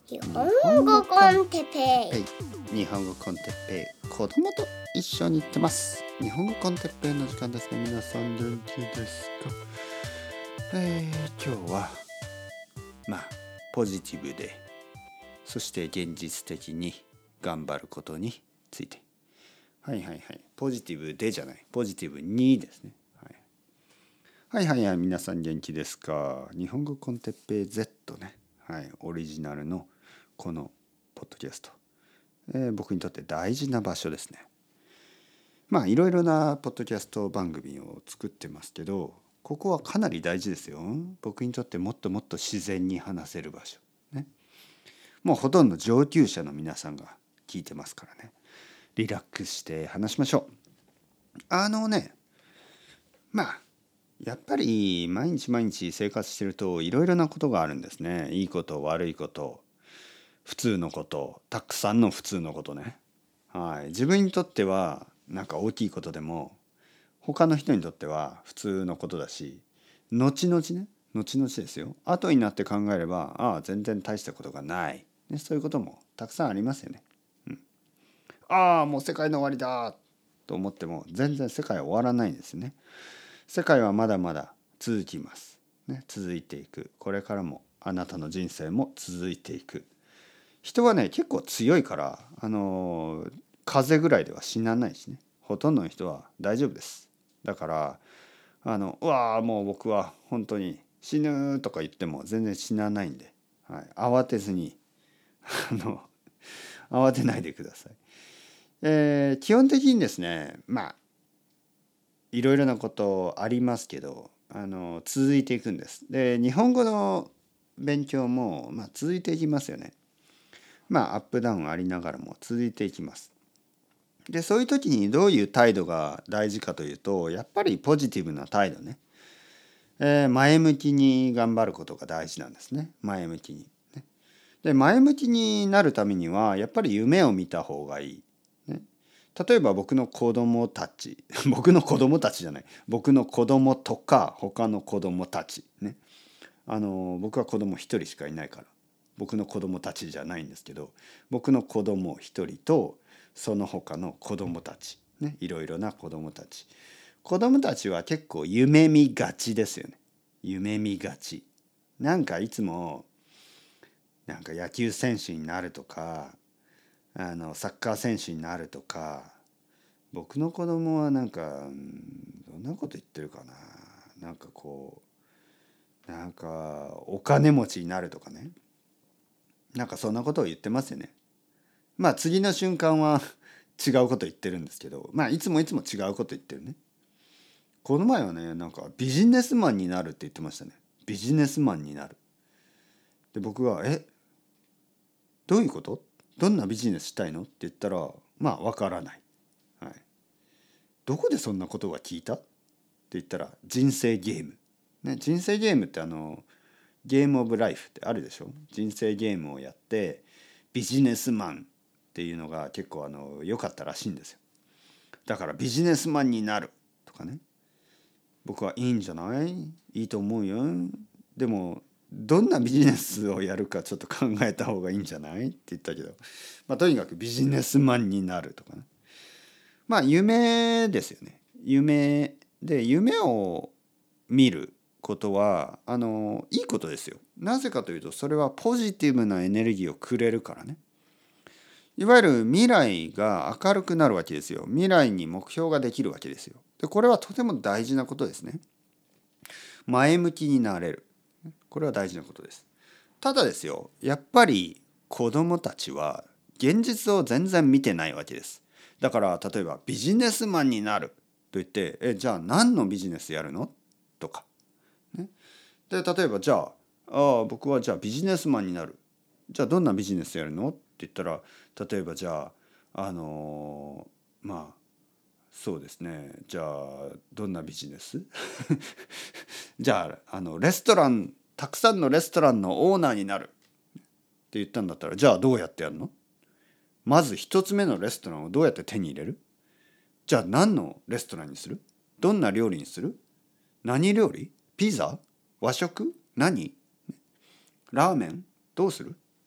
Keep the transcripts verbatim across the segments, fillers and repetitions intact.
日本語コンテッペイ。日本語コンテッペイ、子供と一緒に行ってます。日本語コンテッペイの時間ですね。皆さん元気ですか？えー、今日はまあポジティブで、そして現実的に頑張ることについて。はいはいはい。ポジティブでじゃない。ポジティブにですね。はい、はいはいはい。皆さん元気ですか？日本語コンテッペイ Z ね。はい。オリジナルのこのポッドキャスト。えー、僕にとって大事な場所ですね。まあいろいろなポッドキャスト番組を作ってますけど、ここはかなり大事ですよ。僕にとってもっともっと自然に話せる場所。ね。もうほとんど上級者の皆さんが聞いてますからね。リラックスして話しましょう。あのね、まあやっぱり毎日毎日生活してるといろいろなことがあるんですね。いいこと悪いこと、普通のこと、たくさんの普通のことね。はい、自分にとってはなんか大きいことでも他の人にとっては普通のことだし、後々ね、後々ですよ、後になって考えれば、ああ全然大したことがない、ね、そういうこともたくさんありますよね。うん、ああもう世界の終わりだと思っても全然世界は終わらないんですね。世界はまだまだ続きます、ね、続いていく。これからもあなたの人生も続いていく。人はね結構強いから、あの風邪ぐらいでは死なないしね。ほとんどの人は大丈夫です。だからあのうわーもう僕は本当に死ぬとか言っても全然死なないんで、はい、慌てずにあの慌てないでください。えー、基本的にですね、まあいろいろなことありますけど、あの続いていくんです。で日本語の勉強も、まあ、続いていきますよね。まあアップダウンありながらも続いていきます。でそういう時にどういう態度が大事かというと、やっぱりポジティブな態度ね、えー、前向きに頑張ることが大事なんですね。前向きに、ね、で前向きになるためにはやっぱり夢を見た方がいい、ね、例えば僕の子供たち僕の子供たちじゃない僕の子供とか他の子供たちね、あの僕は子供一人しかいないから僕の子供たちじゃないんですけど、僕の子供一人とその他の子供たちね、いろいろな子供たち子供たちは結構夢見がちですよね。夢見がち。なんかいつもなんか野球選手になるとか、あのサッカー選手になるとか。僕の子供はなんか、うん、どんなこと言ってるかな。なんかこうなんかお金持ちになるとかね、なんかそんなことを言ってますよね。まあ次の瞬間は違うこと言ってるんですけど、まあいつもいつも違うこと言ってるね。この前はね、なんかビジネスマンになるって言ってましたね。ビジネスマンになる。で僕はえどういうこと？どんなビジネスしたいのって言ったら、まあわからない。はい。どこでそんなことが聞いた？って言ったら人生ゲーム。ね、人生ゲームってあのゲームオブライフってあるでしょ。人生ゲームをやってビジネスマンっていうのが結構あの良かったらしいんですよ。だからビジネスマンになるとかね、僕はいいんじゃない？いいと思うよ。でもどんなビジネスをやるかちょっと考えた方がいいんじゃないって言ったけど、まあ、とにかくビジネスマンになるとかね。まあ夢ですよね。夢で夢を見ることはあのいいことですよ。なぜかというとそれはポジティブなエネルギーをくれるからね。いわゆる未来が明るくなるわけですよ。未来に目標ができるわけですよ。でこれはとても大事なことですね。前向きになれる。これは大事なことです。ただですよ、やっぱり子供たちは現実を全然見てないわけです。だから例えばビジネスマンになると言って、えじゃあ何のビジネスやるのとか、ね、で例えばじゃあ、ああ僕はじゃあビジネスマンになる。じゃあどんなビジネスやるのって言ったら、例えばじゃああのーまあそうですね、じゃあどんなビジネスじゃあ、あのレストランたくさんのレストランのオーナーになるって言ったんだったら、じゃあどうやってやるの？まず一つ目のレストランをどうやって手に入れる？じゃあ何のレストランにする？どんな料理にする？何料理？ピザ？和食？何？ラーメン？どうする？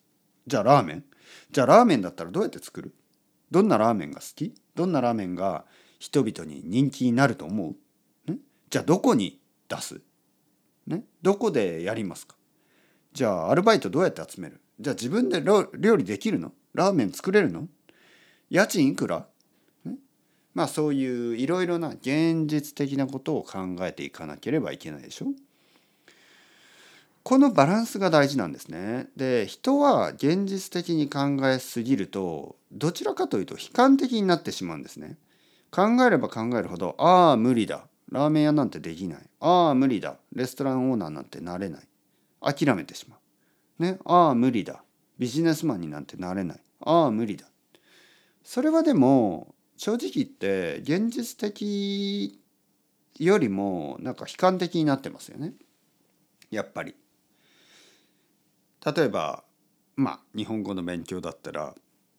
じゃあラーメンじゃあラーメンだったらどうやって作る？どんなラーメンが好き？どんなラーメンが人々に人気になると思う？ね、じゃあどこに出す？ね、どこでやりますか？じゃあアルバイトどうやって集める？じゃあ自分で料理できるの？ラーメン作れるの？家賃いくら？ね、まあそういういろいろな現実的なことを考えていかなければいけないでしょ。このバランスが大事なんですね。で、人は現実的に考えすぎると、どちらかというと悲観的になってしまうんですね。考えれば考えるほど、ああ、無理だ。ラーメン屋なんてできない。ああ、無理だ。レストランオーナーなんてなれない。諦めてしまう。ね、ああ、無理だ。ビジネスマンになんてなれない。ああ、無理だ。それはでも、正直言って現実的よりもなんか悲観的になってますよね。やっぱり。例えば、まあ、日本語の勉強だったら、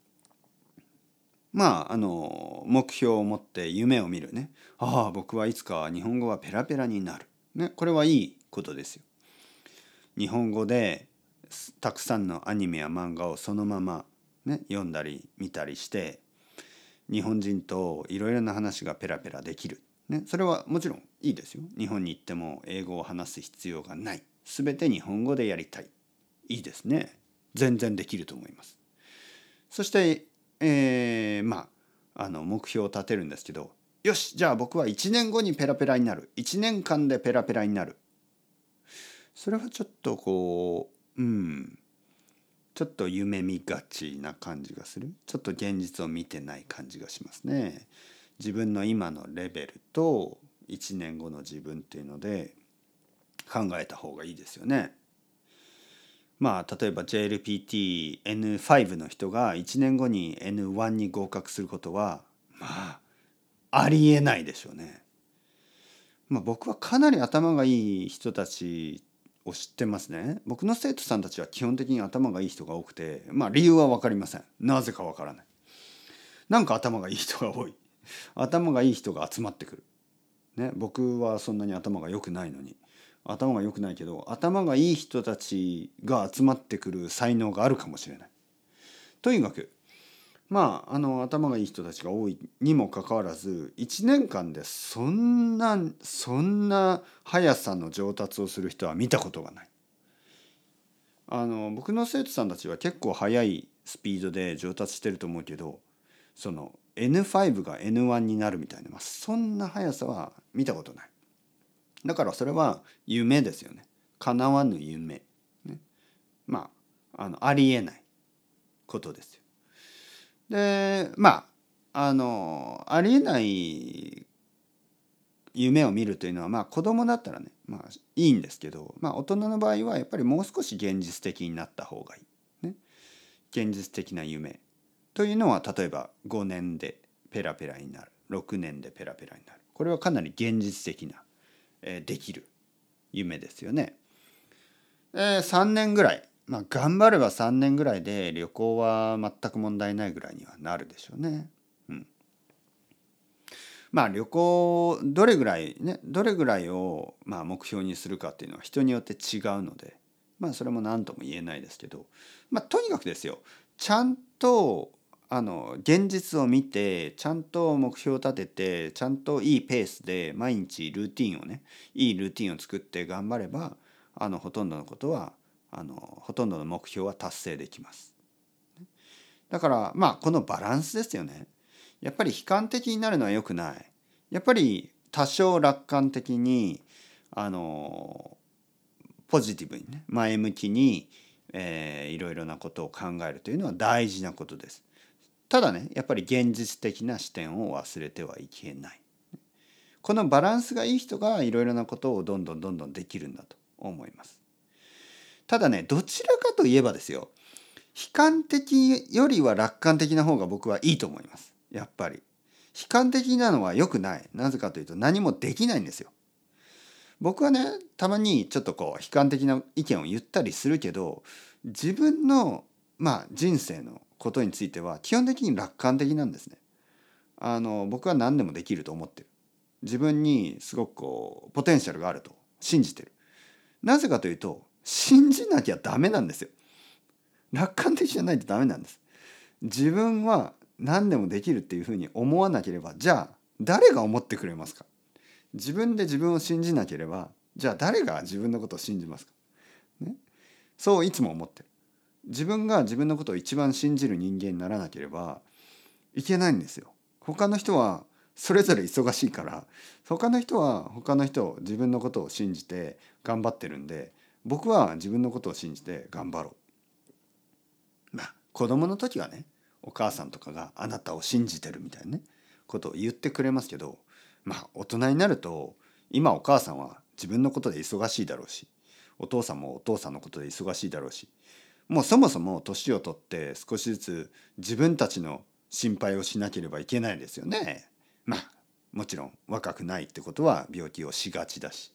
まあ、あの、目標を持って夢を見るね。ああ、僕はいつか日本語はペラペラになる。ね、これはいいことですよ。日本語でたくさんのアニメや漫画をそのまま、ね、読んだり見たりして、日本人といろいろな話がペラペラできる。ね、それはもちろんいいですよ。日本に行っても英語を話す必要がない。すべて日本語でやりたい。いいですね。全然できると思います。そして、えー、まあ、あの目標を立てるんですけど、よし、じゃあ僕はいちねんごにペラペラになる。いちねんかんでペラペラになる。それはちょっとこう、うん、ちょっと夢見がちな感じがする。ちょっと現実を見てない感じがしますね。自分の今のレベルといちねんごの自分っていうので考えた方がいいですよね。まあ例えば ジェイエルピーティーエヌファイブ の人がいちねんごに エヌワン に合格することはまあありえないでしょうね。まあ僕はかなり頭がいい人たちを知ってますね。僕の生徒さんたちは基本的に頭がいい人が多くて、まあ理由は分かりません。なぜか分からない。なんか頭がいい人が多い。頭がいい人が集まってくる。ね、僕はそんなに頭が良くないのに。頭が良くないけど、頭がいい人たちが集まってくる才能があるかもしれない。とにかく、まあ、あの、頭がいい人たちが多いにもかかわらず、いちねんかんでそんな、そんな速さの上達をする人は見たことがない。あの、僕の生徒さんたちは結構速いスピードで上達してると思うけど、その エヌファイブ が エヌワン になるみたいな、まあ、そんな速さは見たことない。だからそれは夢ですよね。叶わぬ夢。ね、まあ、あの、ありえないことですよ。で、まあ、あの、ありえない夢を見るというのは、まあ子供だったらね、まあいいんですけど、まあ大人の場合はやっぱりもう少し現実的になった方がいい。ね。現実的な夢。というのは、例えばごねんでペラペラになる。ろくねんでペラペラになる。これはかなり現実的な、えー、できる夢ですよね。えー、さんねんぐらい。まあ頑張ればさんねんぐらいで旅行は全く問題ないぐらいにはなるでしょうね。うん。まあ旅行どれぐらいねどれぐらいをまあ目標にするかっていうのは人によって違うので、まあそれも何とも言えないですけど、まあとにかくですよ、ちゃんとあの現実を見てちゃんと目標を立ててちゃんといいペースで毎日ルーティンをねいいルーティンを作って頑張れば、あのほとんどのことはあのほとんどの目標は達成できます。だからまあこのバランスですよね。やっぱり悲観的になるのは良くない。やっぱり多少楽観的にあのポジティブにね前向きに、えー、いろいろなことを考えるというのは大事なことです。ただねやっぱり現実的な視点を忘れてはいけない。このバランスがいい人がいろいろなことをどんどんどんどんできるんだと思います。ただねどちらかといえばですよ、悲観的よりは楽観的な方が僕はいいと思います。やっぱり。悲観的なのは良くない。なぜかというと何もできないんですよ。僕はね、たまにちょっとこう悲観的な意見を言ったりするけど、自分のまあ人生のことについては基本的に楽観的なんですね。あの僕は何でもできると思ってる。自分にすごくこうポテンシャルがあると信じてる。なぜかというと信じなきゃダメなんですよ。 楽観的じゃないとダメなんです。自分は何でもできるっていうふうに思わなければ、じゃあ誰が思ってくれますか。自分で自分を信じなければ、じゃあ誰が自分のことを信じますか、ね、そういつも思ってる。自分が自分のことを一番信じる人間にならなければいけないんですよ。他の人はそれぞれ忙しいから、他の人は他の人を自分のことを信じて頑張ってるんで、僕は自分のことを信じて頑張ろう。まあ子供の時はね、お母さんとかがあなたを信じてるみたいなねことを言ってくれますけど、まあ大人になると、今お母さんは自分のことで忙しいだろうし、お父さんもお父さんのことで忙しいだろうし、もうそもそも年を取って少しずつ自分たちの心配をしなければいけないですよね。まあもちろん若くないってことは病気をしがちだし、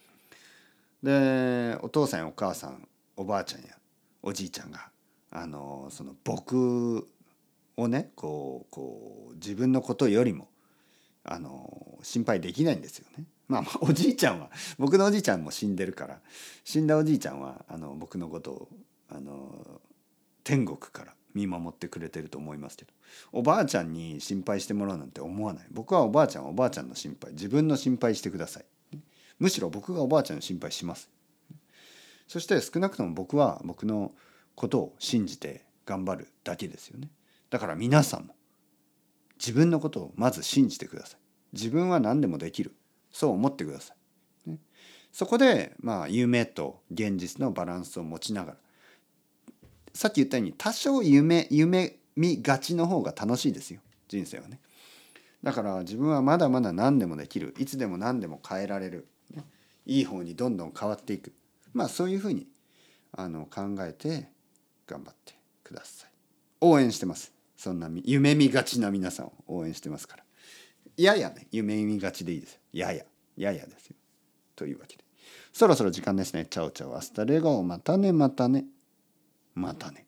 でお父さんやお母さん、おばあちゃんやおじいちゃんがあのその僕をね、こうこう自分のことよりもあの心配できないんですよね。まあ、まあおじいちゃんは、僕のおじいちゃんも死んでるから、死んだおじいちゃんはあの僕のことをあの天国から見守ってくれてると思いますけど、おばあちゃんに心配してもらうなんて思わない。僕はおばあちゃんはおばあちゃんの心配、自分の心配してください。むしろ僕がおばあちゃんの心配します。そして少なくとも僕は僕のことを信じて頑張るだけですよね。だから皆さんも自分のことをまず信じてください。自分は何でもできる、そう思ってください、ね、そこでまあ夢と現実のバランスを持ちながら、さっき言ったように多少夢夢見がちの方が楽しいですよ、人生はね。だから自分はまだまだ何でもできる、いつでも何でも変えられる、ね、いい方にどんどん変わっていく、まあそういうふうにあの考えて頑張ってください。応援してます。そんな夢見がちな皆さんを応援してますから。ややね、夢見がちでいいですよ。ややややですよ。というわけでそろそろ時間ですね。チャオチャオアスタレゴ、またねまたねまたね。